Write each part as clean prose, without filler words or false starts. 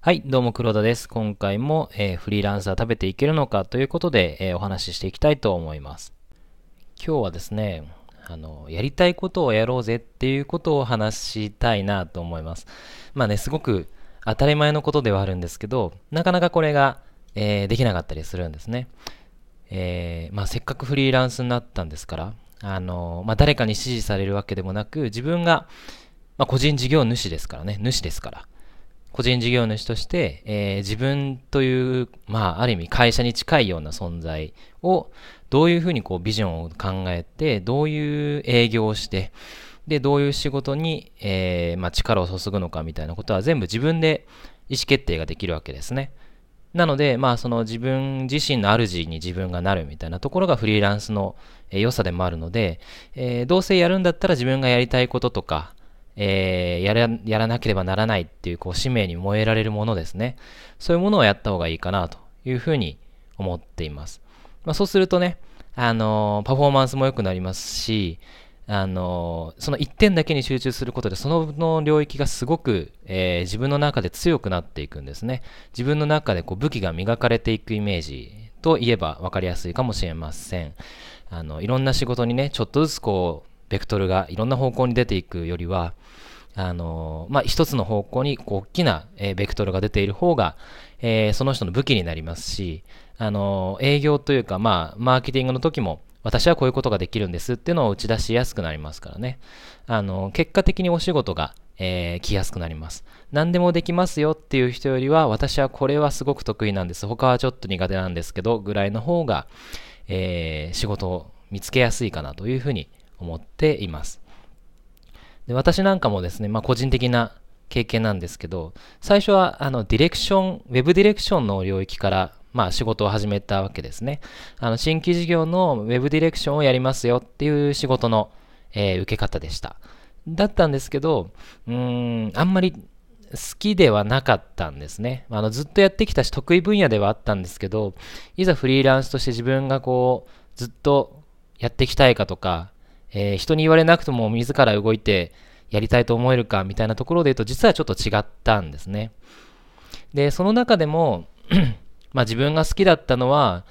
はい、どうも黒田です。今回も、フリーランスは食べていけるのかということで、お話ししていきたいと思います。今日はですね、やりたいことをやろうぜっていうことを話したいなと思います。まあね、すごく当たり前のことではあるんですけど、なかなかこれが、できなかったりするんですね。せっかくフリーランスになったんですから、誰かに指示されるわけでもなく、自分が、個人事業主ですからね、主ですから。個人事業主として、自分という、ある意味会社に近いような存在をどういうふうにこうビジョンを考えて、どういう営業をして、で、どういう仕事に、力を注ぐのかみたいなことは全部自分で意思決定ができるわけですね。なので、その自分自身の主に自分がなるみたいなところがフリーランスの良さでもあるので、どうせやるんだったら自分がやりたいこととか、やらなければならないっていう、こう使命に燃えられるものですね。そういうものをやった方がいいかなというふうに思っています。そうするとね、パフォーマンスも良くなりますし、その一点だけに集中することで、その領域がすごく、自分の中で強くなっていくんですね。自分の中でこう武器が磨かれていくイメージと言えば分かりやすいかもしれません。いろんな仕事にね、ちょっとずつこう、ベクトルがいろんな方向に出ていくよりは、一つの方向にこう大きな、ベクトルが出ている方が、その人の武器になりますし、営業というか、マーケティングの時も、私はこういうことができるんですっていうのを打ち出しやすくなりますからね。結果的にお仕事が、来やすくなります。何でもできますよっていう人よりは、私はこれはすごく得意なんです。他はちょっと苦手なんですけど、ぐらいの方が、仕事を見つけやすいかなというふうに思っています。で、私なんかもですね、個人的な経験なんですけど、最初はディレクション、ウェブディレクションの領域から、仕事を始めたわけですね。新規事業のウェブディレクションをやりますよっていう仕事の、受け方でした。だったんですけど、あんまり好きではなかったんですね。ずっとやってきたし得意分野ではあったんですけど、いざフリーランスとして自分がこう、ずっとやっていきたいかとか、人に言われなくても自ら動いてやりたいと思えるかみたいなところで言うと実はちょっと違ったんですね。で、その中でも自分が好きだったのは、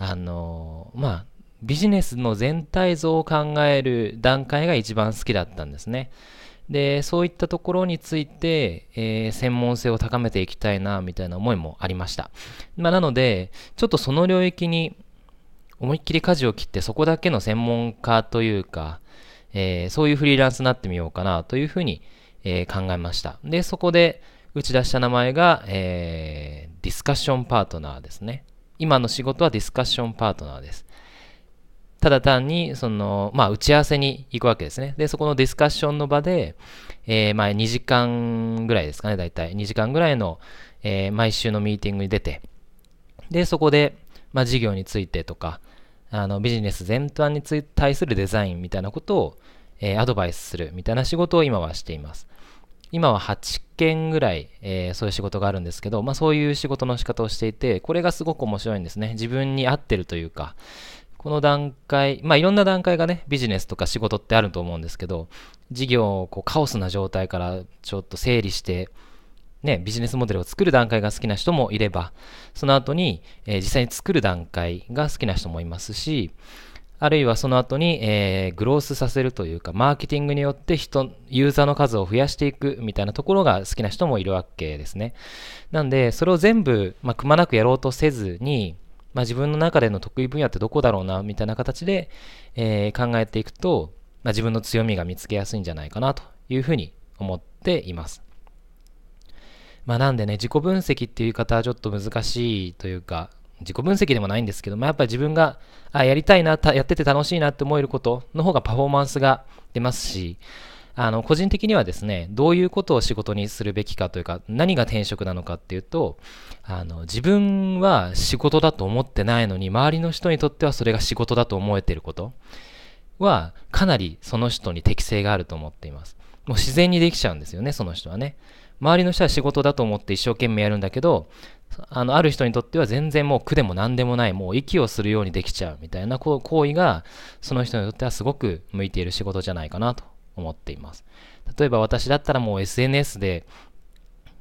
ビジネスの全体像を考える段階が一番好きだったんですね。で、そういったところについて、専門性を高めていきたいな、みたいな思いもありました。なので、ちょっとその領域に思いっきり舵を切ってそこだけの専門家というか、そういうフリーランスになってみようかなというふうに、考えました。で、そこで打ち出した名前が、ディスカッションパートナーですね。今の仕事はディスカッションパートナーです。ただ単に、打ち合わせに行くわけですね。で、そこのディスカッションの場で、2時間ぐらいですかね、だいたい。2時間ぐらいの、毎週のミーティングに出て、で、そこで、事業についてとか、ビジネス全般に対するデザインみたいなことを、アドバイスするみたいな仕事を今はしています。今は8件ぐらい、そういう仕事があるんですけど、そういう仕事の仕方をしていて、これがすごく面白いんですね。自分に合ってるというか、この段階、いろんな段階がね、ビジネスとか仕事ってあると思うんですけど、事業をこうカオスな状態からちょっと整理して、ね、ビジネスモデルを作る段階が好きな人もいれば、その後に、実際に作る段階が好きな人もいますし、あるいはその後に、グロースさせるというか、マーケティングによってユーザーの数を増やしていくみたいなところが好きな人もいるわけですね。なんで、それを全部、くまなくやろうとせずに、自分の中での得意分野ってどこだろうな、みたいな形で、考えていくと、自分の強みが見つけやすいんじゃないかなというふうに思っています。なんでね、自己分析っていう言い方はちょっと難しいというか、自己分析でもないんですけど、やっぱり自分がやりたいな、やってて楽しいなって思えることの方がパフォーマンスが出ますし、個人的にはですね、どういうことを仕事にするべきかというか、何が転職なのかっていうと、自分は仕事だと思ってないのに、周りの人にとってはそれが仕事だと思えていることは、かなりその人に適性があると思っています。もう自然にできちゃうんですよね、その人はね。周りの人は仕事だと思って一生懸命やるんだけど、ある人にとっては全然もう苦でも何でもない、もう息をするようにできちゃうみたいな行為が、その人にとってはすごく向いている仕事じゃないかなと思っています。例えば私だったらもう SNS で、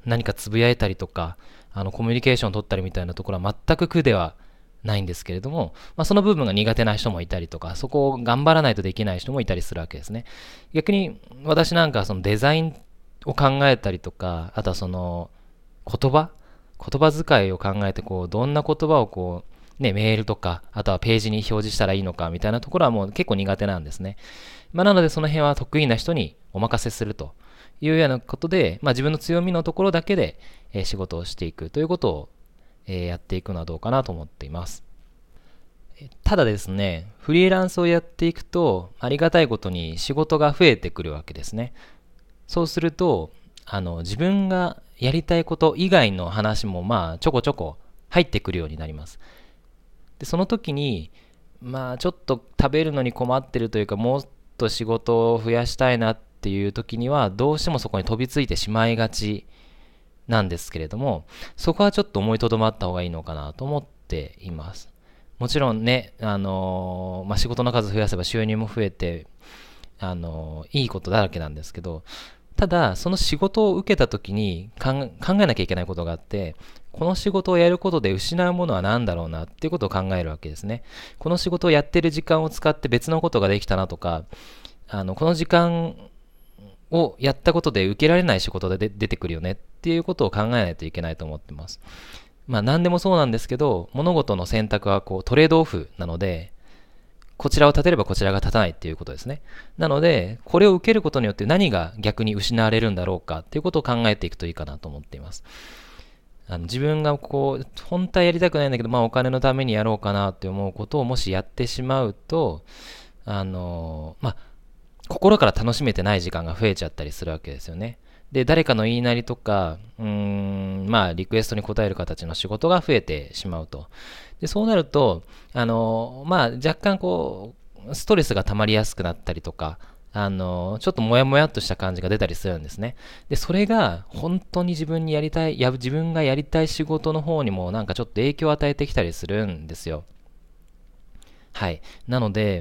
何かつぶやいたりとか、コミュニケーションを取ったりみたいなところは全く苦ではないんですけれども、その部分が苦手な人もいたりとか、そこを頑張らないとできない人もいたりするわけですね。逆に私なんかはそのデザインを考えたりとか、あとはその言葉遣いを考えて、どんな言葉をメールとか、あとはページに表示したらいいのかみたいなところはもう結構苦手なんですね。なのでその辺は得意な人にお任せするというようなことで、自分の強みのところだけで、仕事をしていくということを、やっていくのはどうかなと思っています。ただですね、フリーランスをやっていくと、ありがたいことに仕事が増えてくるわけですね。そうすると、自分がやりたいこと以外の話もちょこちょこ入ってくるようになります。で、その時に、ちょっと食べるのに困ってるというか、もっと仕事を増やしたいなっていう時には、どうしてもそこに飛びついてしまいがちなんですけれども、そこはちょっと思いとどまった方がいいのかなと思っています。もちろんね、仕事の数増やせば収入も増えて、いいことだらけなんですけど、ただ、その仕事を受けた時に考えなきゃいけないことがあって、この仕事をやることで失うものは何だろうなっていうことを考えるわけですね。この仕事をやってる時間を使って別のことができたなとか、この時間をやったことで受けられない仕事で出てくるよねっていうことを考えないといけないと思ってます。何でもそうなんですけど、物事の選択はトレードオフなので、こちらを立てればこちらが立たないっていうことですね。なので、これを受けることによって何が逆に失われるんだろうかっていうことを考えていくといいかなと思っています。自分が本当はやりたくないんだけど、お金のためにやろうかなって思うことをもしやってしまうと、心から楽しめてない時間が増えちゃったりするわけですよね。で、誰かの言いなりとか、リクエストに応える形の仕事が増えてしまうと。で、そうなると、若干ストレスが溜まりやすくなったりとか、ちょっとモヤモヤっとした感じが出たりするんですね。で、それが本当に自分がやりたい仕事の方にもなんかちょっと影響を与えてきたりするんですよ。はい。なので、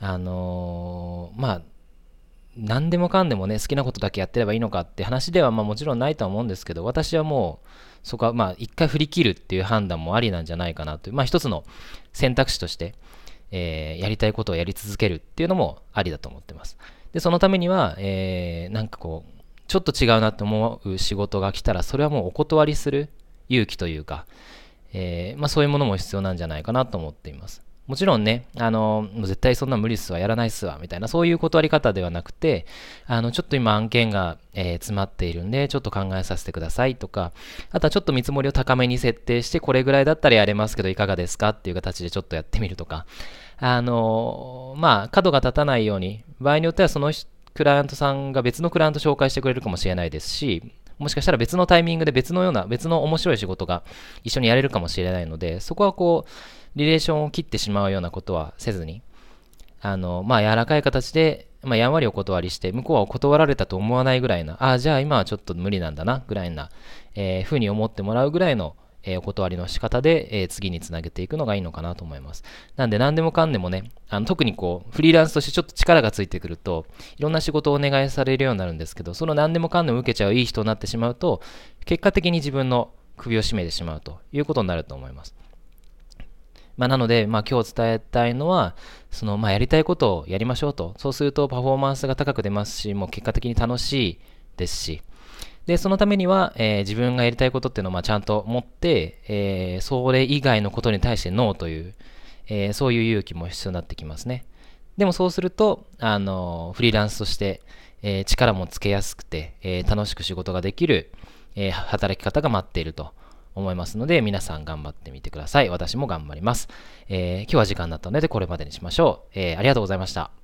何でもかんでもね、好きなことだけやってればいいのかって話ではもちろんないとは思うんですけど、私はもう、そこは一回振り切るっていう判断もありなんじゃないかなという、一つの選択肢として、やりたいことをやり続けるっていうのもありだと思ってます。で、そのためには、ちょっと違うなと思う仕事が来たら、それはもうお断りする勇気というか、そういうものも必要なんじゃないかなと思っています。もちろんね、絶対そんな無理っすわ、やらないっすわ、みたいな、そういう断り方ではなくて、ちょっと今案件が、詰まっているんで、ちょっと考えさせてくださいとか、あとはちょっと見積もりを高めに設定して、これぐらいだったらやれますけど、いかがですかっていう形でちょっとやってみるとか、角が立たないように、場合によってはそのクライアントさんが別のクライアント紹介してくれるかもしれないですし、もしかしたら別のタイミングで別の面白い仕事が一緒にやれるかもしれないので、そこはリレーションを切ってしまうようなことはせずに、柔らかい形で、やんわりお断りして、向こうは断られたと思わないぐらいな、じゃあ今はちょっと無理なんだな、ぐらいな、ふうに思ってもらうぐらいの、お断りの仕方で、次につなげていくのがいいのかなと思います。なんで何でもかんでもね、特にフリーランスとしてちょっと力がついてくると、いろんな仕事をお願いされるようになるんですけど、その何でもかんでも受けちゃういい人になってしまうと、結果的に自分の首を絞めてしまうということになると思います。なので、今日伝えたいのは、やりたいことをやりましょうと。そうするとパフォーマンスが高く出ますし、もう結果的に楽しいですし、で、そのためには、自分がやりたいことっていうのをちゃんと持って、それ以外のことに対してノーという、そういう勇気も必要になってきますね。でもそうすると、フリーランスとして、力もつけやすくて、楽しく仕事ができる、働き方が待っていると思いますので、皆さん頑張ってみてください。私も頑張ります。今日は時間になったので、これまでにしましょう。ありがとうございました。